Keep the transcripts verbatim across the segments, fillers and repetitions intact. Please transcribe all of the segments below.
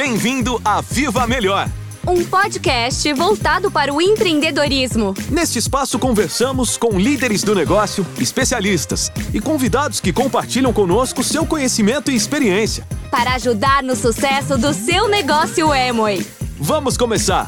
Bem-vindo a Viva Melhor, um podcast voltado para o empreendedorismo. Neste espaço conversamos com líderes do negócio, especialistas e convidados que compartilham conosco seu conhecimento e experiência para ajudar no sucesso do seu negócio Amway. Vamos começar!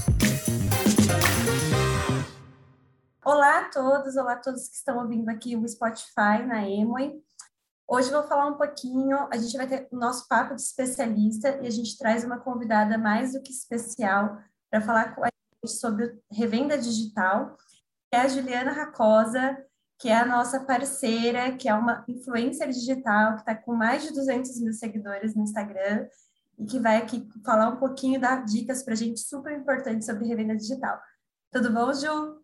Olá a todos, olá a todos que estão ouvindo aqui o Spotify na Amway. Hoje eu vou falar um pouquinho, a gente vai ter o nosso papo de especialista e a gente traz uma convidada mais do que especial para falar com a gente sobre revenda digital, que é a Juliana Racosa, que é a nossa parceira, que é uma influencer digital, que está com mais de duzentos mil seguidores no Instagram e que vai aqui falar um pouquinho, dar dicas para a gente super importantes sobre revenda digital. Tudo bom, Ju?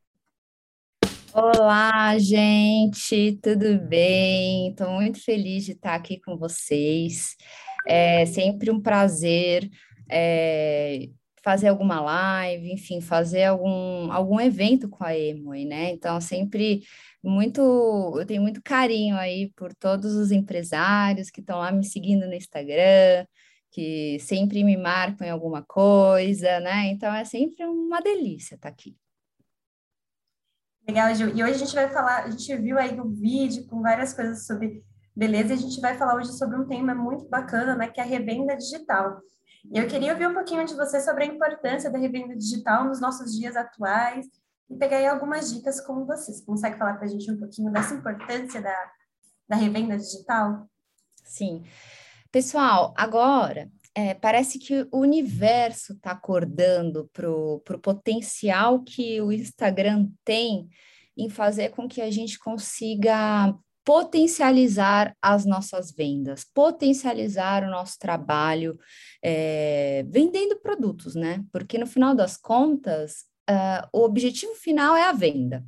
Olá, gente, tudo bem? Estou muito feliz de estar aqui com vocês. É sempre um prazer é, fazer alguma live, enfim, fazer algum, algum evento com a Amway, né? Então, sempre muito, eu tenho muito carinho aí por todos os empresários que estão lá me seguindo no Instagram, que sempre me marcam em alguma coisa, né? Então, é sempre uma delícia estar aqui. Legal, Gil. E hoje a gente vai falar, a gente viu aí no vídeo com várias coisas sobre beleza, e a gente vai falar hoje sobre um tema muito bacana, né, que é a revenda digital. E eu queria ouvir um pouquinho de você sobre a importância da revenda digital nos nossos dias atuais e pegar aí algumas dicas com vocês. Consegue falar para a gente um pouquinho dessa importância da, da revenda digital? Sim. Pessoal, agora... É, parece que o universo está acordando para o potencial que o Instagram tem em fazer com que a gente consiga potencializar as nossas vendas, potencializar o nosso trabalho, é, vendendo produtos, né? Porque no final das contas, uh, o objetivo final é a venda.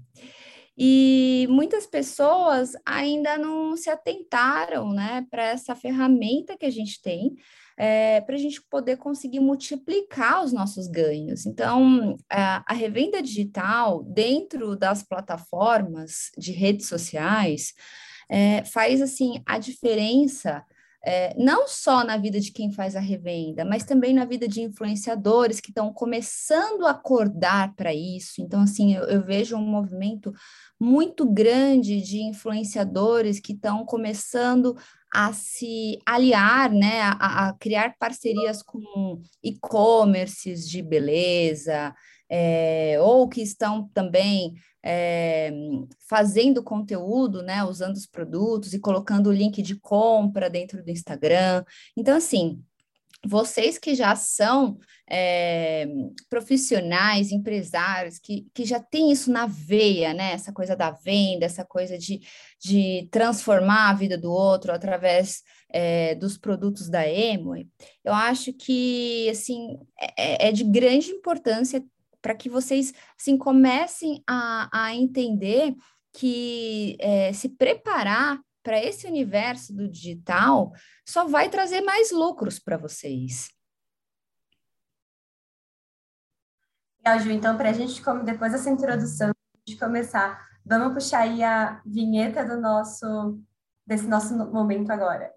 E muitas pessoas ainda não se atentaram, né, para essa ferramenta que a gente tem, é, para a gente poder conseguir multiplicar os nossos ganhos. Então, a, a revenda digital, dentro das plataformas de redes sociais, é, faz, assim, a diferença, é, não só na vida de quem faz a revenda, mas também na vida de influenciadores que estão começando a acordar para isso. Então, assim, eu, eu vejo um movimento muito grande de influenciadores que estão começando a se aliar, né, a, a criar parcerias com e-commerces de beleza, é, ou que estão também é, fazendo conteúdo, né, usando os produtos e colocando o link de compra dentro do Instagram. Então, assim, vocês que já são é, profissionais, empresários, que, que já têm isso na veia, né? Essa coisa da venda, essa coisa de, de transformar a vida do outro através é, dos produtos da Amway, eu acho que, assim, é, é de grande importância para que vocês, assim, comecem a, a entender que é, se preparar para esse universo do digital só vai trazer mais lucros para vocês. Legal, Ju. Então, para a gente, como depois dessa introdução, a gente começar, vamos puxar aí a vinheta do nosso, desse nosso momento agora.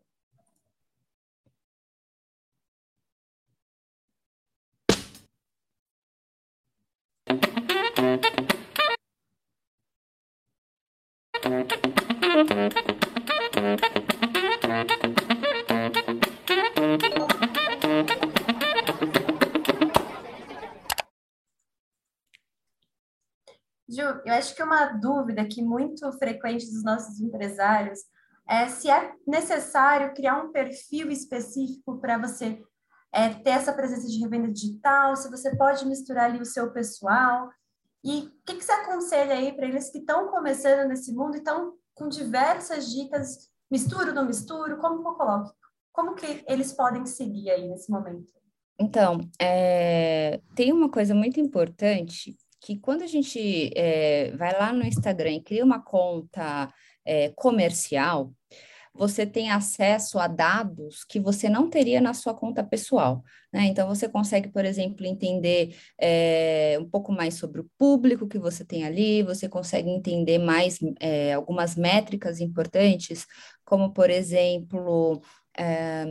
Ju, eu acho que uma dúvida que muito frequente dos nossos empresários é se é necessário criar um perfil específico para você é, ter essa presença de revenda digital, se você pode misturar ali o seu pessoal. E o que, que você aconselha aí para eles que estão começando nesse mundo e estão com diversas dicas, misturo, não misturo, como que eu coloco? Como que eles podem seguir aí nesse momento? Então, é, tem uma coisa muito importante, que quando a gente é, vai lá no Instagram e cria uma conta é, comercial, você tem acesso a dados que você não teria na sua conta pessoal, né? Então, você consegue, por exemplo, entender é, um pouco mais sobre o público que você tem ali, você consegue entender mais é, algumas métricas importantes, como, por exemplo, é,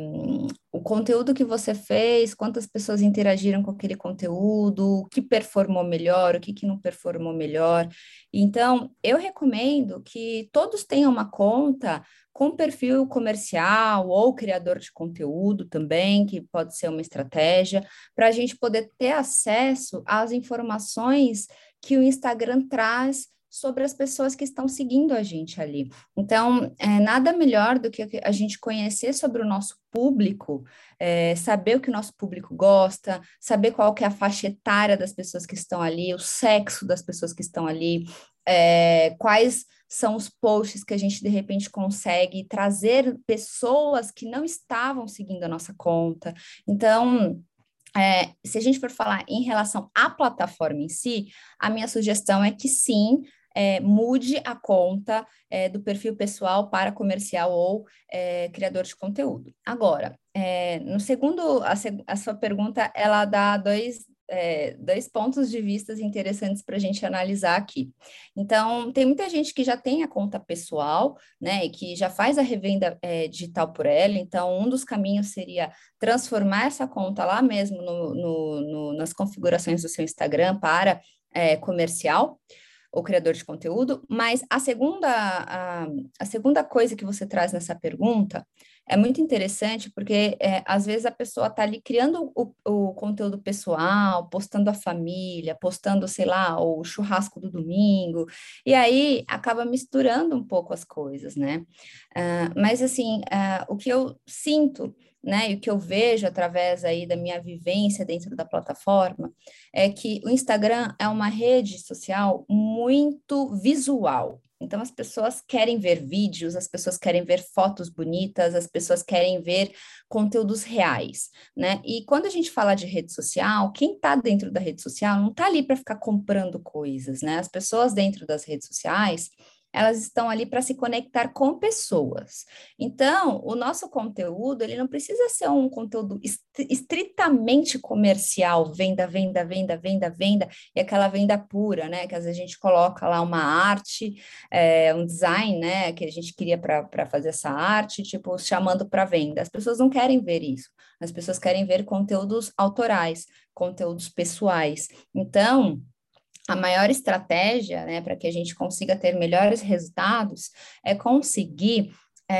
o conteúdo que você fez, quantas pessoas interagiram com aquele conteúdo, o que performou melhor, o que, que não performou melhor. Então, eu recomendo que todos tenham uma conta com perfil comercial ou criador de conteúdo também, que pode ser uma estratégia, para a gente poder ter acesso às informações que o Instagram traz sobre as pessoas que estão seguindo a gente ali. Então, é nada melhor do que a gente conhecer sobre o nosso público, é, saber o que o nosso público gosta, saber qual que é a faixa etária das pessoas que estão ali, o sexo das pessoas que estão ali, é, quais são os posts que a gente, de repente, consegue trazer pessoas que não estavam seguindo a nossa conta. Então, É, se a gente for falar em relação à plataforma em si, a minha sugestão é que sim, é, mude a conta é, do perfil pessoal para comercial ou é, criador de conteúdo. Agora, é, no segundo, a, a sua pergunta, ela dá dois, é, dois pontos de vista interessantes para a gente analisar aqui. Então, tem muita gente que já tem a conta pessoal, né, e que já faz a revenda é, digital por ela. Então, um dos caminhos seria transformar essa conta lá mesmo no, no, no, nas configurações do seu Instagram para é, comercial ou criador de conteúdo, mas a segunda, a, a segunda coisa que você traz nessa pergunta é muito interessante, porque é, às vezes a pessoa está ali criando o, o conteúdo pessoal, postando a família, postando, sei lá, o churrasco do domingo, e aí acaba misturando um pouco as coisas, né? Uh, mas, assim, uh, o que eu sinto, né, e o que eu vejo através aí da minha vivência dentro da plataforma, é que o Instagram é uma rede social muito visual. Então, as pessoas querem ver vídeos, as pessoas querem ver fotos bonitas, as pessoas querem ver conteúdos reais, né? E quando a gente fala de rede social, quem está dentro da rede social não está ali para ficar comprando coisas, né? As pessoas dentro das redes sociais, elas estão ali para se conectar com pessoas. Então, o nosso conteúdo, ele não precisa ser um conteúdo estritamente comercial, venda, venda, venda, venda, venda, e aquela venda pura, né? Que às vezes a gente coloca lá uma arte, é, um design, né? Que a gente queria para fazer essa arte, tipo, chamando para venda. As pessoas não querem ver isso. As pessoas querem ver conteúdos autorais, conteúdos pessoais. Então, a maior estratégia, né, para que a gente consiga ter melhores resultados é conseguir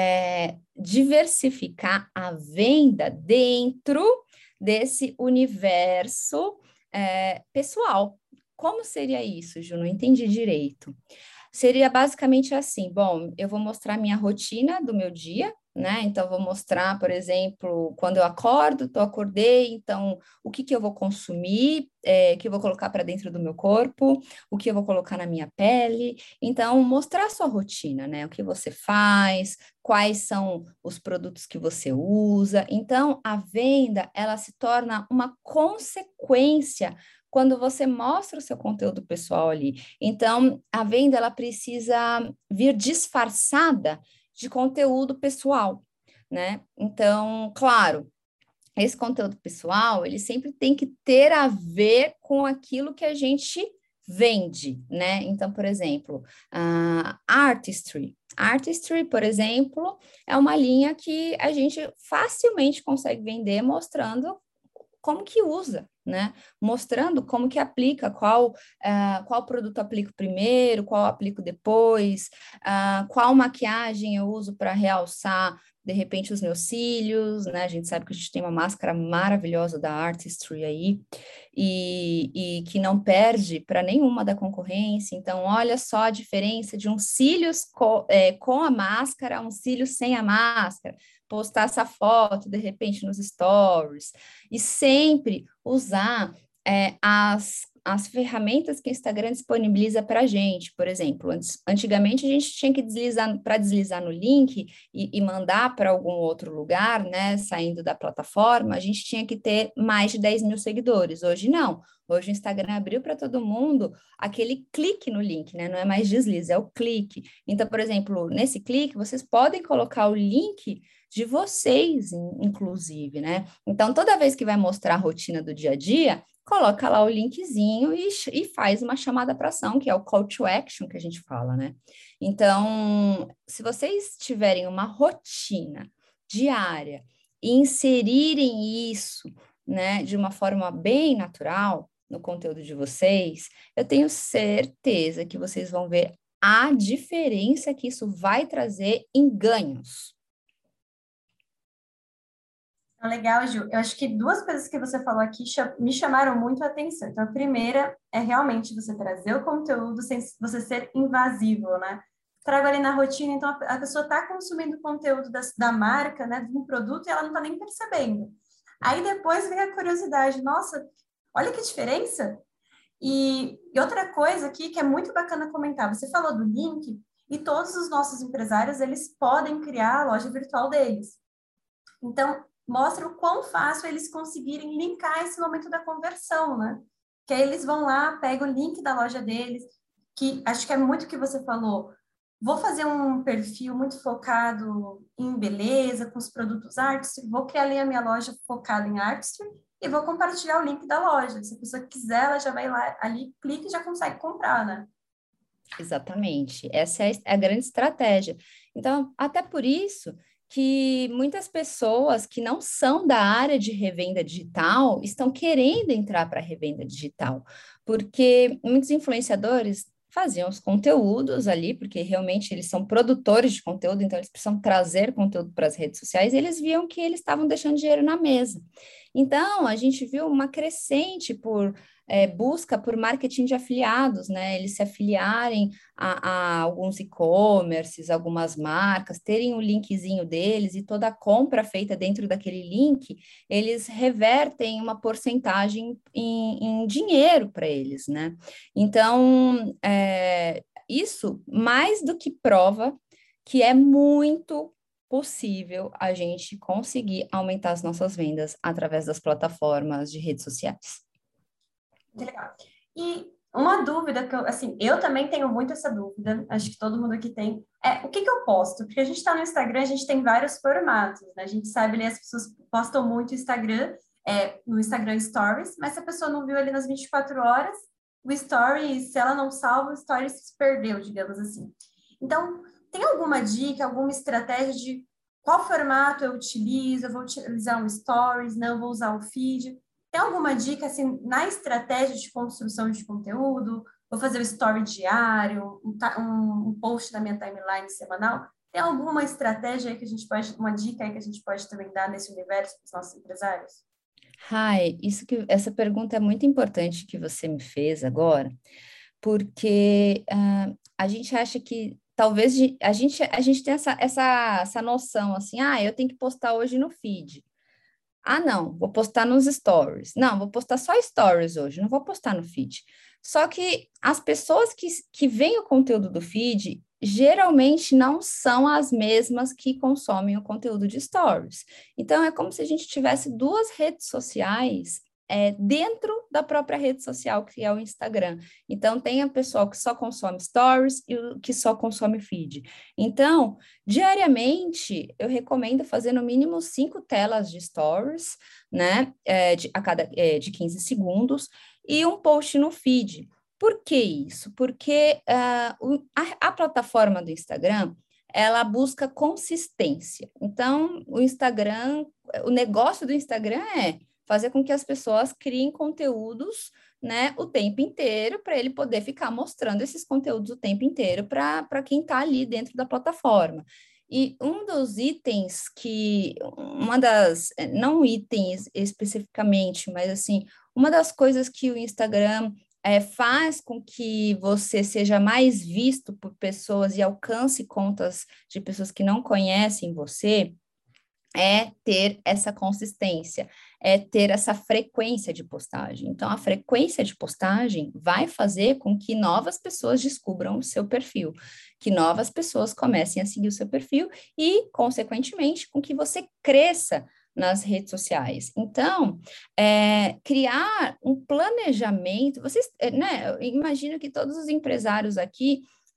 é, diversificar a venda dentro desse universo é, pessoal. Como seria isso, Ju? Não entendi direito. Seria basicamente assim, bom, eu vou mostrar minha rotina do meu dia, né? Então, vou mostrar, por exemplo, quando eu acordo, tô acordei, então, o que que eu vou consumir, é, que eu vou colocar para dentro do meu corpo, o que eu vou colocar na minha pele. Então, mostrar a sua rotina, né? O que você faz, quais são os produtos que você usa. Então, a venda, ela se torna uma consequência quando você mostra o seu conteúdo pessoal ali. Então, a venda, ela precisa vir disfarçada de conteúdo pessoal, né? Então, claro, esse conteúdo pessoal, ele sempre tem que ter a ver com aquilo que a gente vende, né? Então, por exemplo, a artistry. Artistry, por exemplo, é uma linha que a gente facilmente consegue vender mostrando como que usa, né? Mostrando como que aplica, qual, uh, qual produto aplico primeiro, qual aplico depois, uh, qual maquiagem eu uso para realçar, de repente, os meus cílios, né? A gente sabe que a gente tem uma máscara maravilhosa da Artistry aí, e, e que não perde para nenhuma da concorrência. Então, olha só a diferença de um cílios co, é, com a máscara, um cílios sem a máscara. Postar essa foto, de repente, nos stories, e sempre usar é, as, as ferramentas que o Instagram disponibiliza para a gente. Por exemplo, antes, antigamente a gente tinha que deslizar, para deslizar no link e, e mandar para algum outro lugar, né, saindo da plataforma, a gente tinha que ter mais de dez mil seguidores. Hoje não. Hoje o Instagram abriu para todo mundo aquele clique no link, né? Não é mais deslize, é o clique. Então, por exemplo, nesse clique, vocês podem colocar o link de vocês, inclusive, né? Então, toda vez que vai mostrar a rotina do dia a dia, coloca lá o linkzinho e, e faz uma chamada para ação, que é o call to action que a gente fala, né? Então, se vocês tiverem uma rotina diária e inserirem isso, né, de uma forma bem natural no conteúdo de vocês, eu tenho certeza que vocês vão ver a diferença que isso vai trazer em ganhos. Legal, Ju. Eu acho que duas coisas que você falou aqui me chamaram muito a atenção. Então, a primeira é realmente você trazer o conteúdo sem você ser invasivo, né? Trago ali na rotina, então a pessoa está consumindo o conteúdo da, da marca, né, de um produto, e ela não está nem percebendo. Aí depois vem a curiosidade, nossa, olha que diferença! E, e outra coisa aqui que é muito bacana comentar, você falou do link, e todos os nossos empresários, eles podem criar a loja virtual deles. Então, mostra o quão fácil eles conseguirem linkar esse momento da conversão, né? Que aí eles vão lá, pegam o link da loja deles, que acho que é muito o que você falou. Vou fazer um perfil muito focado em beleza, com os produtos Artistry, vou criar ali a minha loja focada em Artistry e vou compartilhar o link da loja. Se a pessoa quiser, ela já vai lá, ali, clica e já consegue comprar, né? Exatamente. Essa é a grande estratégia. Então, até por isso que muitas pessoas que não são da área de revenda digital estão querendo entrar para a revenda digital, porque muitos influenciadores faziam os conteúdos ali, porque realmente eles são produtores de conteúdo, então eles precisam trazer conteúdo para as redes sociais, e eles viam que eles estavam deixando dinheiro na mesa. Então, a gente viu uma crescente por é, busca por marketing de afiliados, né? Eles se afiliarem a, a alguns e-commerces, algumas marcas, terem o linkzinho deles e toda a compra feita dentro daquele link, eles revertem uma porcentagem em, em dinheiro para eles, né? Então, é, isso mais do que prova que é muito possível a gente conseguir aumentar as nossas vendas através das plataformas de redes sociais. Muito legal. E uma dúvida que eu, assim, eu também tenho muito essa dúvida, acho que todo mundo aqui tem, é o que que eu posto? Porque a gente está no Instagram, a gente tem vários formatos, né? A gente sabe ali, as pessoas postam muito Instagram, é, no Instagram Stories, mas se a pessoa não viu ali nas vinte e quatro horas, o Story, se ela não salva, o Story se perdeu, digamos assim. Então, tem alguma dica, alguma estratégia de qual formato eu utilizo? Eu vou utilizar um Stories, não vou usar o feed? Tem alguma dica, assim, na estratégia de construção de conteúdo? Vou fazer o story diário, um, um, um post na minha timeline semanal? Tem alguma estratégia aí que a gente pode, uma dica aí que a gente pode também dar nesse universo para os nossos empresários? Rai, isso que, essa pergunta é muito importante que você me fez agora, porque uh, a gente acha que talvez a gente, a gente tem essa, essa, essa noção assim, ah, eu tenho que postar hoje no feed. Ah, não, vou postar nos stories. Não, vou postar só stories hoje, não vou postar no feed. Só que as pessoas que, que veem o conteúdo do feed, geralmente não são as mesmas que consomem o conteúdo de stories. Então, é como se a gente tivesse duas redes sociais é, dentro da própria rede social, que é o Instagram. Então, tem a pessoa que só consome stories e o que só consome feed. Então, diariamente, eu recomendo fazer no mínimo cinco telas de stories, né, é, de, a cada, é, de quinze segundos, e um post no feed. Por que isso? Porque uh, o, a, a plataforma do Instagram, ela busca consistência. Então, o Instagram, o negócio do Instagram é fazer com que as pessoas criem conteúdos, né, o tempo inteiro, para ele poder ficar mostrando esses conteúdos o tempo inteiro para quem está ali dentro da plataforma. E um dos itens que, uma das, não itens especificamente, mas assim, uma das coisas que o Instagram é, faz com que você seja mais visto por pessoas e alcance contas de pessoas que não conhecem você, é ter essa consistência, é ter essa frequência de postagem. Então, a frequência de postagem vai fazer com que novas pessoas descubram o seu perfil, que novas pessoas comecem a seguir o seu perfil e, consequentemente, com que você cresça nas redes sociais. Então, é, criar um planejamento, vocês, né, eu imagino que todos os empresários aqui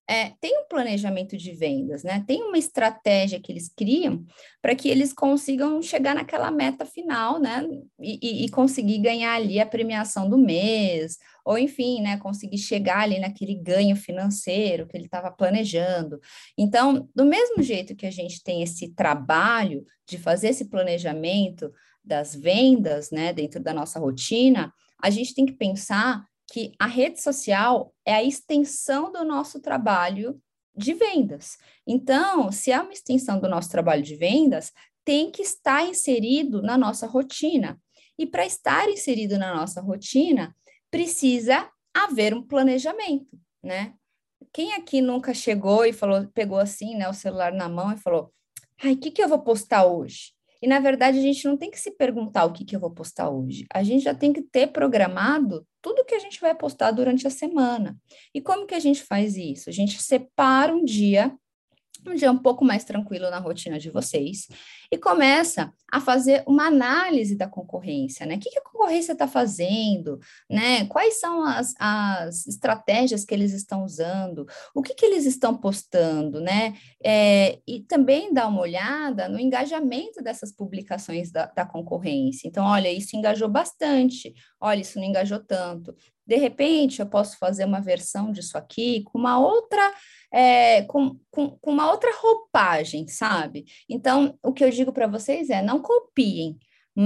é, tem um planejamento de vendas, né? Tem uma estratégia que eles criam para que eles consigam chegar naquela meta final, né? E, e, e conseguir ganhar ali a premiação do mês, ou enfim, né? Conseguir chegar ali naquele ganho financeiro que ele estava planejando. Então, do mesmo jeito que a gente tem esse trabalho de fazer esse planejamento das vendas, né? Dentro da nossa rotina, a gente tem que pensar que a rede social é a extensão do nosso trabalho de vendas. Então, se é uma extensão do nosso trabalho de vendas, tem que estar inserido na nossa rotina. E para estar inserido na nossa rotina, precisa haver um planejamento, né? Quem aqui nunca chegou e falou, pegou assim, né, o celular na mão e falou: ai, o que que eu vou postar hoje? E, na verdade, a gente não tem que se perguntar o que que eu vou postar hoje. A gente já tem que ter programado tudo que a gente vai postar durante a semana. E como que a gente faz isso? A gente separa um dia, um dia um pouco mais tranquilo na rotina de vocês, e começa a fazer uma análise da concorrência, né? O que que a concorrência está fazendo, né? Quais são as, as estratégias que eles estão usando, o que que eles estão postando, né? É, e também dar uma olhada no engajamento dessas publicações da, da concorrência. Então, olha, isso engajou bastante, olha, isso não engajou tanto. De repente, eu posso fazer uma versão disso aqui com uma outra, é, com, com, com uma outra roupagem, sabe? Então, o que eu digo para vocês é, não copiem,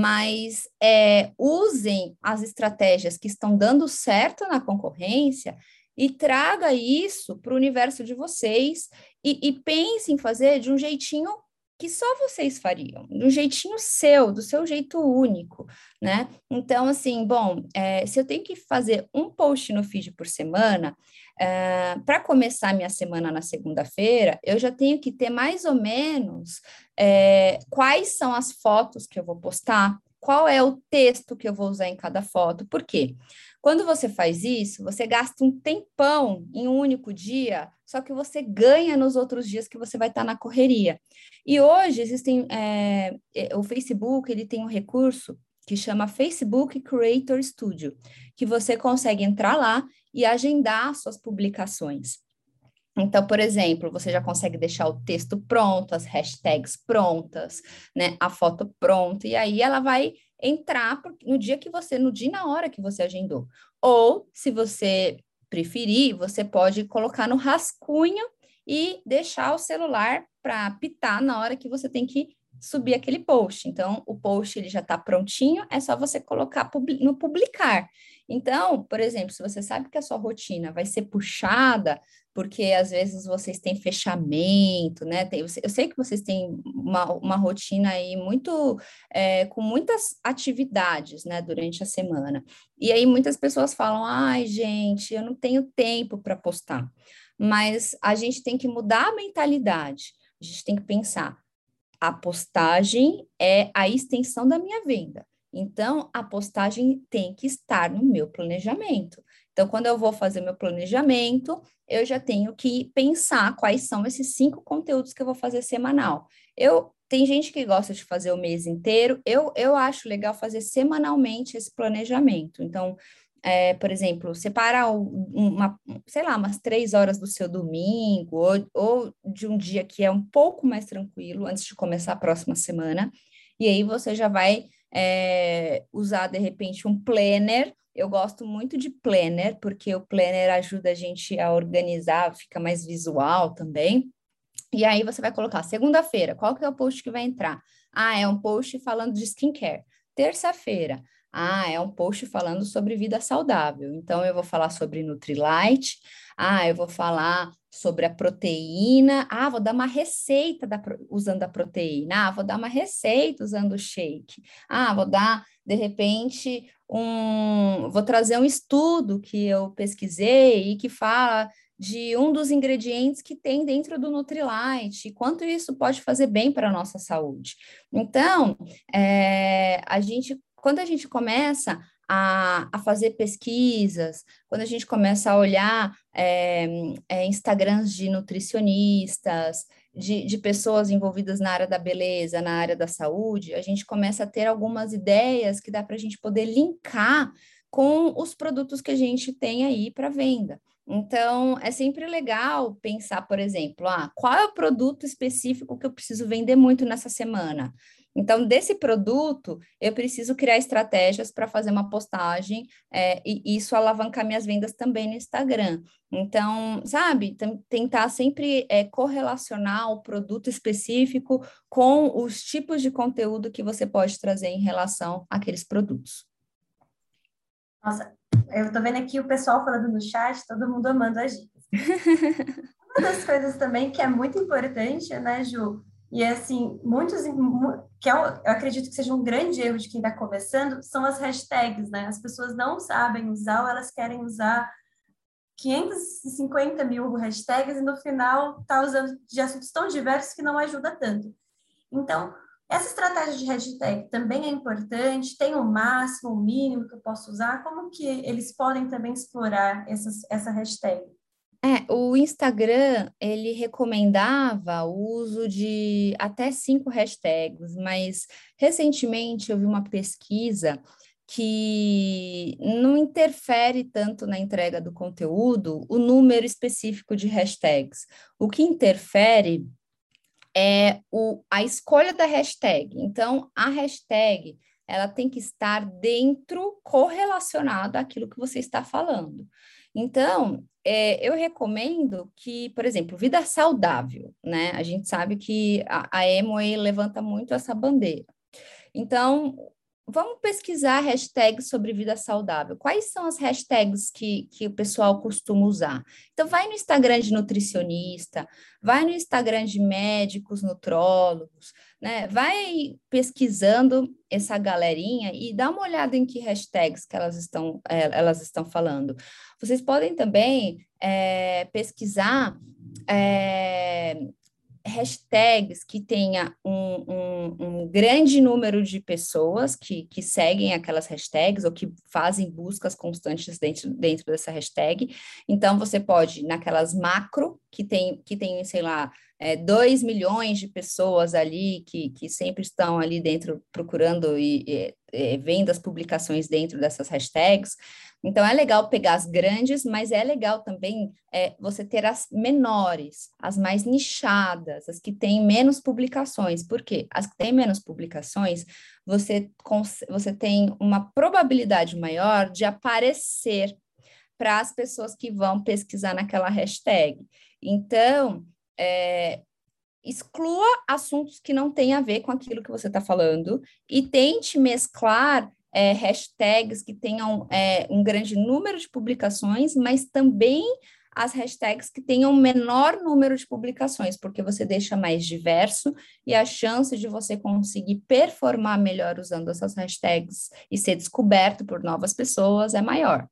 mas é, usem as estratégias que estão dando certo na concorrência e traga isso para o universo de vocês e, e pense em fazer de um jeitinho que só vocês fariam, de um jeitinho seu, do seu jeito único, né? Então, assim, bom, é, se eu tenho que fazer um post no feed por semana, é, para começar minha semana na segunda-feira, eu já tenho que ter mais ou menos é, quais são as fotos que eu vou postar, qual é o texto que eu vou usar em cada foto. Por quê? Quando você faz isso, você gasta um tempão em um único dia, só que você ganha nos outros dias que você vai estar na correria. E hoje existem, é, o Facebook, ele tem um recurso que chama Facebook Creator Studio, que você consegue entrar lá e agendar suas publicações. Então, por exemplo, você já consegue deixar o texto pronto, as hashtags prontas, né, a foto pronta, e aí ela vai entrar no dia que você, no dia e na hora que você agendou. Ou, se você preferir, você pode colocar no rascunho e deixar o celular para apitar na hora que você tem que subir aquele post. Então, o post ele já está prontinho, é só você colocar no publicar. Então, por exemplo, se você sabe que a sua rotina vai ser puxada, porque às vezes vocês têm fechamento, né? Tem, eu sei que vocês têm uma, uma rotina aí muito, é, com muitas atividades, né, durante a semana. E aí muitas pessoas falam, ai, gente, eu não tenho tempo para postar. Mas a gente tem que mudar a mentalidade, a gente tem que pensar, a postagem é a extensão da minha venda. Então, a postagem tem que estar no meu planejamento. Então, quando eu vou fazer meu planejamento, eu já tenho que pensar quais são esses cinco conteúdos que eu vou fazer semanal. Eu, tem gente que gosta de fazer o mês inteiro, eu, eu acho legal fazer semanalmente esse planejamento. Então, é, por exemplo, separar uma, sei lá, umas três horas do seu domingo, ou, ou de um dia que é um pouco mais tranquilo, antes de começar a próxima semana, e aí você já vai é, usar, de repente, um planner. Eu gosto muito de planner, porque o planner ajuda a gente a organizar, fica mais visual também. E aí você vai colocar, segunda-feira, qual que é o post que vai entrar? Ah, é um post falando de skincare. Terça-feira, ah, é um post falando sobre vida saudável. Então, eu vou falar sobre Nutrilite. Ah, eu vou falar sobre a proteína. Ah, vou dar uma receita da, usando a proteína. Ah, vou dar uma receita usando o shake. Ah, vou dar, de repente, um... Vou trazer um estudo que eu pesquisei e que fala de um dos ingredientes que tem dentro do Nutrilite, e quanto isso pode fazer bem para a nossa saúde. Então, é, a gente, quando a gente começa a, a fazer pesquisas, quando a gente começa a olhar é, é, Instagrams de nutricionistas, de, de pessoas envolvidas na área da beleza, na área da saúde, a gente começa a ter algumas ideias que dá para a gente poder linkar com os produtos que a gente tem aí para venda. Então, é sempre legal pensar, por exemplo, ah, qual é o produto específico que eu preciso vender muito nessa semana? Então, desse produto, eu preciso criar estratégias para fazer uma postagem é, e isso alavancar minhas vendas também no Instagram. Então, sabe, tentar sempre é, correlacionar o produto específico com os tipos de conteúdo que você pode trazer em relação àqueles produtos. Nossa, eu tô vendo aqui o pessoal falando no chat, todo mundo amando as dicas. Uma das coisas também que é muito importante, né, Ju? E assim, muitos, que eu, eu acredito que seja um grande erro de quem está começando, são as hashtags, né? As pessoas não sabem usar ou elas querem usar quinhentos e cinquenta mil hashtags e no final tá usando de assuntos tão diversos que não ajuda tanto. Então, essa estratégia de hashtag também é importante, tem o máximo, o mínimo que eu posso usar, como que eles podem também explorar essas, essa hashtag? É, o Instagram, ele recomendava o uso de até cinco hashtags, mas recentemente eu vi uma pesquisa que não interfere tanto na entrega do conteúdo o número específico de hashtags. O que interfere é o, a escolha da hashtag. Então, a hashtag, ela tem que estar dentro, correlacionada àquilo que você está falando. Então, é, eu recomendo que, por exemplo, vida saudável, né? A gente sabe que a, a Amway levanta muito essa bandeira. Então, vamos pesquisar hashtags sobre vida saudável. Quais são as hashtags que, que o pessoal costuma usar? Então, vai no Instagram de nutricionista, vai no Instagram de médicos, nutrólogos, né? Vai pesquisando essa galerinha e dá uma olhada em que hashtags que elas estão, elas estão falando. Vocês podem também é, pesquisar é, hashtags que tenha um, um, um grande número de pessoas que, que seguem aquelas hashtags ou que fazem buscas constantes dentro, dentro dessa hashtag. Então, você pode, naquelas macro, que tem, que tem sei lá, é, dois milhões de pessoas ali que, que sempre estão ali dentro procurando e, e, e vendo as publicações dentro dessas hashtags. Então, é legal pegar as grandes, mas é legal também é, você ter as menores, as mais nichadas, as que têm menos publicações. Por quê? As que têm menos publicações, você, você tem uma probabilidade maior de aparecer para as pessoas que vão pesquisar naquela hashtag. Então, é, exclua assuntos que não têm a ver com aquilo que você está falando e tente mesclar É, hashtags que tenham é, um grande número de publicações, mas também as hashtags que tenham menor número de publicações, porque você deixa mais diverso e a chance de você conseguir performar melhor usando essas hashtags e ser descoberto por novas pessoas é maior.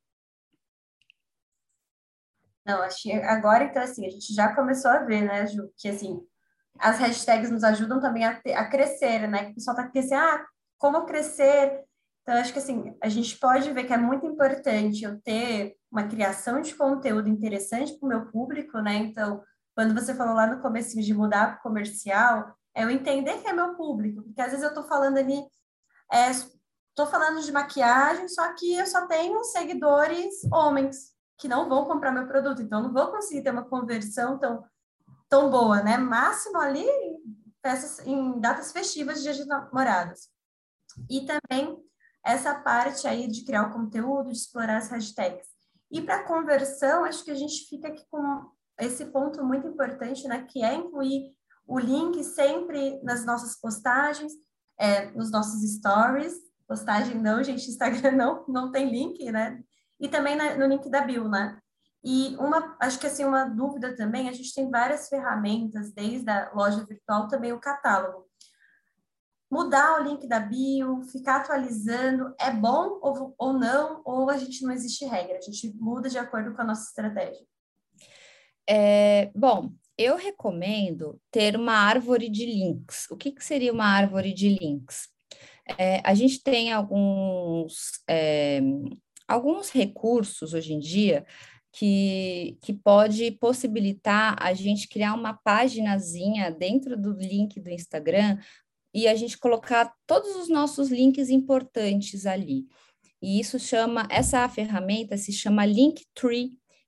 Não, acho que agora, então, assim, a gente já começou a ver, né, Ju, que, assim, as hashtags nos ajudam também a, ter, a crescer, né, que o pessoal tá crescendo, ah, como crescer? Então, acho que assim, a gente pode ver que é muito importante eu ter uma criação de conteúdo interessante para o meu público, né? Então, quando você falou lá no começo de mudar para o comercial, é eu entender que é meu público, porque às vezes eu estou falando ali, estou é, falando de maquiagem, só que eu só tenho seguidores homens que não vão comprar meu produto, então eu não vou conseguir ter uma conversão tão, tão boa, né? Máximo ali em, festas, em datas festivas de Dia de Namorados. E também essa parte aí de criar o conteúdo, de explorar as hashtags. E para conversão, acho que a gente fica aqui com esse ponto muito importante, né, que é incluir o link sempre nas nossas postagens, é, nos nossos stories. Postagem não, gente, Instagram não, não tem link, né? E também na, no link da bio, né? E uma, acho que assim, uma dúvida também, a gente tem várias ferramentas, desde a loja virtual, também o catálogo. Mudar o link da bio, ficar atualizando, é bom ou, ou não, ou a gente não existe regra, a gente muda de acordo com a nossa estratégia? É, bom, eu recomendo ter uma árvore de links. O que, que seria uma árvore de links? É, a gente tem alguns, é, alguns recursos hoje em dia que, que pode possibilitar a gente criar uma paginazinha dentro do link do Instagram e a gente colocar todos os nossos links importantes ali. E isso chama, essa ferramenta se chama Linktree,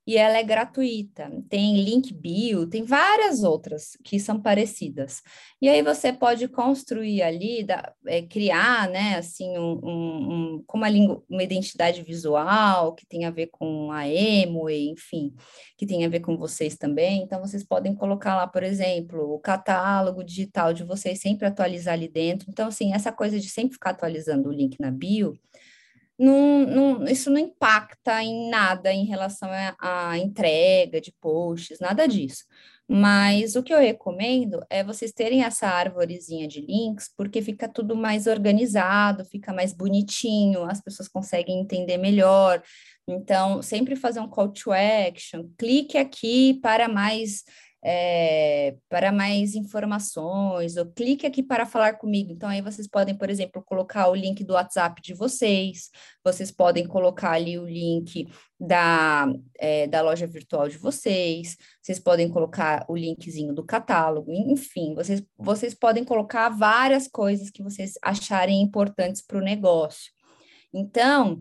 e ela é gratuita. Tem Link Bio, tem várias outras que são parecidas. E aí você pode construir ali, da, é, criar, né, assim, um, um, um, com uma, língua, uma identidade visual que tem a ver com a Amway, enfim, que tem a ver com vocês também. Então, vocês podem colocar lá, por exemplo, o catálogo digital de vocês, sempre atualizar ali dentro. Então, assim, essa coisa de sempre ficar atualizando o link na bio, Não, não, isso não impacta em nada em relação à, à entrega de posts, nada disso. Mas o que eu recomendo é vocês terem essa arvorezinha de links, porque fica tudo mais organizado, fica mais bonitinho, as pessoas conseguem entender melhor. Então, sempre fazer um call to action, clique aqui para mais é, para mais informações, ou clique aqui para falar comigo. Então, aí vocês podem, por exemplo, colocar o link do WhatsApp de vocês, vocês podem colocar ali o link da, é, da loja virtual de vocês, vocês podem colocar o linkzinho do catálogo, enfim, vocês, vocês podem colocar várias coisas que vocês acharem importantes para o negócio. Então,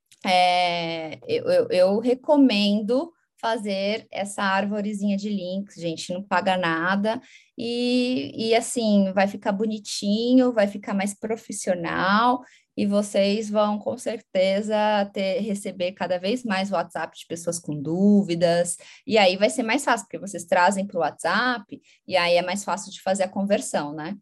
é, eu, eu, eu recomendo fazer essa arvorezinha de links, gente, não paga nada, e, e assim, vai ficar bonitinho, vai ficar mais profissional, e vocês vão, com certeza, ter, receber cada vez mais WhatsApp de pessoas com dúvidas, e aí vai ser mais fácil, porque vocês trazem para o WhatsApp, e aí é mais fácil de fazer a conversão, né?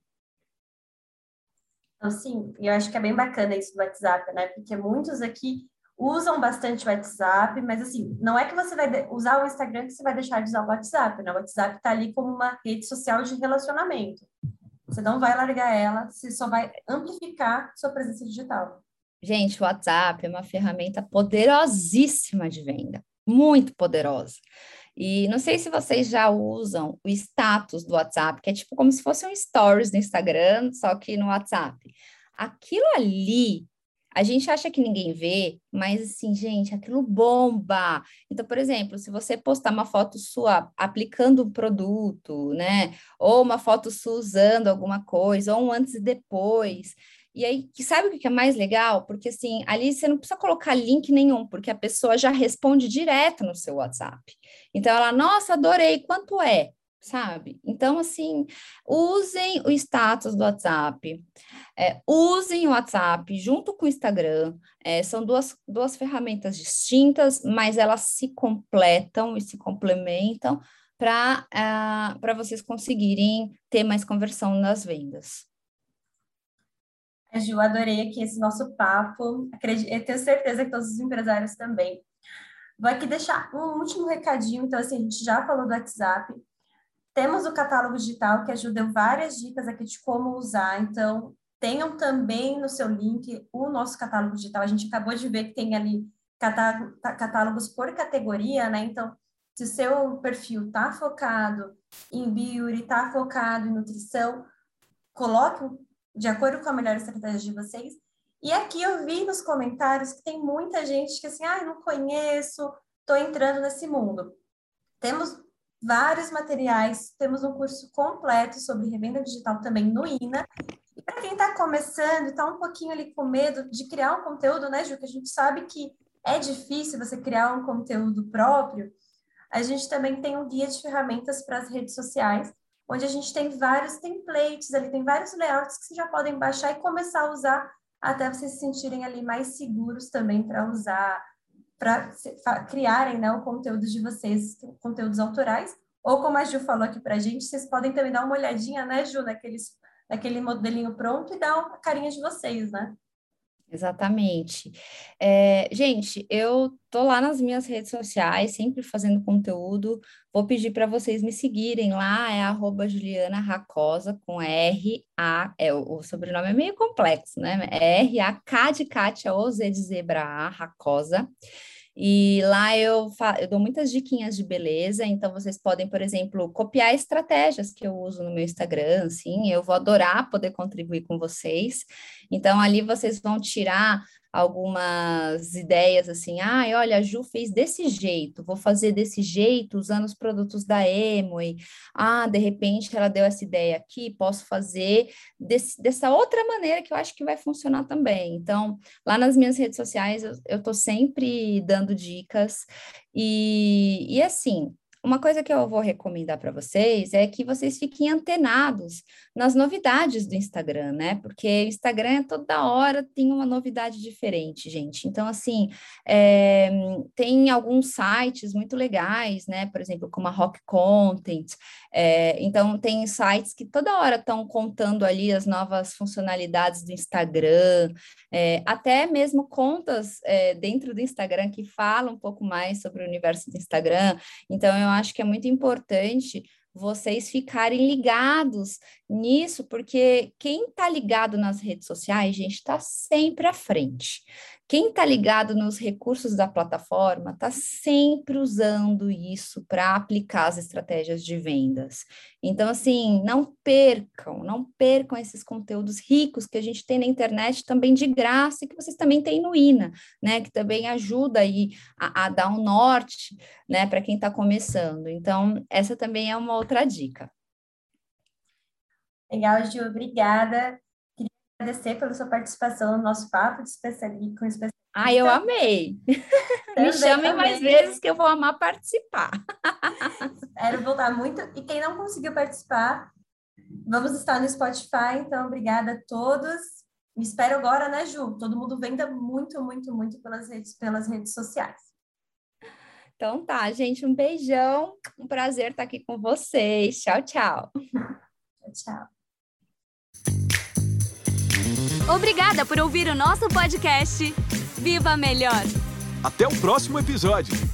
Então, sim, eu acho que é bem bacana isso do WhatsApp, né? Porque muitos aqui usam bastante o WhatsApp, mas assim, não é que você vai usar o Instagram que você vai deixar de usar o WhatsApp, né? O WhatsApp está ali como uma rede social de relacionamento. Você não vai largar ela, você só vai amplificar sua presença digital. Gente, o WhatsApp é uma ferramenta poderosíssima de venda, muito poderosa. E não sei se vocês já usam o status do WhatsApp, que é tipo como se fosse um stories no Instagram, só que no WhatsApp. Aquilo ali, a gente acha que ninguém vê, mas assim, gente, aquilo bomba. Então, por exemplo, se você postar uma foto sua aplicando um produto, né? Ou uma foto sua usando alguma coisa, ou um antes e depois. E aí, que sabe o que é mais legal? Porque assim, ali você não precisa colocar link nenhum, porque a pessoa já responde direto no seu WhatsApp. Então, ela, nossa, adorei, quanto é? Sabe? Então, assim, usem o status do WhatsApp, é, usem o WhatsApp junto com o Instagram, é, são duas, duas ferramentas distintas, mas elas se completam e se complementam para uh, para vocês conseguirem ter mais conversão nas vendas. Ju, adorei aqui esse nosso papo, acredito, eu tenho certeza que todos os empresários também. Vou aqui deixar um último recadinho, então assim, a gente já falou do WhatsApp, temos o catálogo digital, que ajuda várias dicas aqui de como usar. Então, tenham também no seu link o nosso catálogo digital. A gente acabou de ver que tem ali catálogos por categoria, né? Então, se o seu perfil está focado em beauty, está focado em nutrição, coloque de acordo com a melhor estratégia de vocês. E aqui eu vi nos comentários que tem muita gente que assim, ah, não conheço, estou entrando nesse mundo. Temos vários materiais, temos um curso completo sobre revenda digital também no I N A. E para quem está começando, está um pouquinho ali com medo de criar um conteúdo, né, Ju? Que a gente sabe que é difícil você criar um conteúdo próprio. A gente também tem um guia de ferramentas para as redes sociais, onde a gente tem vários templates ali, tem vários layouts que vocês já podem baixar e começar a usar até vocês se sentirem ali mais seguros também para usar, para criarem, né, o conteúdo de vocês, conteúdos autorais, ou como a Ju falou aqui para a gente, vocês podem também dar uma olhadinha, né, Ju, naqueles, naquele modelinho pronto e dar uma carinha de vocês, né? Exatamente. É, gente, eu tô lá nas minhas redes sociais, sempre fazendo conteúdo. Vou pedir para vocês me seguirem lá, é arroba Juliana Racosa, com R, A, é, o, o sobrenome é meio complexo, né? É R, A, K de Kátia, ou Z de Zebra, A, Racosa. E lá eu, eu dou muitas diquinhas de beleza, então vocês podem, por exemplo, copiar estratégias que eu uso no meu Instagram, assim, eu vou adorar poder contribuir com vocês. Então, ali vocês vão tirar algumas ideias assim, ah, olha, a Ju fez desse jeito, vou fazer desse jeito usando os produtos da Amway. Ah, de repente ela deu essa ideia aqui, posso fazer desse, dessa outra maneira que eu acho que vai funcionar também. Então, lá nas minhas redes sociais, eu estou sempre dando dicas E, e assim, uma coisa que eu vou recomendar para vocês é que vocês fiquem antenados nas novidades do Instagram, né? Porque o Instagram toda hora tem uma novidade diferente, gente. Então, assim, é, tem alguns sites muito legais, né? Por exemplo, como a Rock Content. É, então, tem sites que toda hora estão contando ali as novas funcionalidades do Instagram, é, até mesmo contas é, dentro do Instagram que falam um pouco mais sobre o universo do Instagram. Então, eu acho que é muito importante vocês ficarem ligados nisso, porque quem está ligado nas redes sociais, gente, está sempre à frente. Quem está ligado nos recursos da plataforma está sempre usando isso para aplicar as estratégias de vendas. Então, assim, não percam, não percam esses conteúdos ricos que a gente tem na internet também de graça e que vocês também têm no I N A, né? Que também ajuda aí a, a dar um norte, né, para quem está começando. Então, essa também é uma outra dica. Legal, Ju, obrigada. Queria agradecer pela sua participação no nosso papo de especialista com especialista. Ah, eu amei. Me chamem mais vezes que eu vou amar participar. Espero voltar muito. E quem não conseguiu participar, vamos estar no Spotify. Então, obrigada a todos. Me espero agora, né, Ju? Todo mundo venda muito, muito, muito pelas redes, pelas redes sociais. Então tá, gente, um beijão. Um prazer estar aqui com vocês. Tchau, tchau. Tchau, tchau. Obrigada por ouvir o nosso podcast. Viva Melhor! Até o próximo episódio!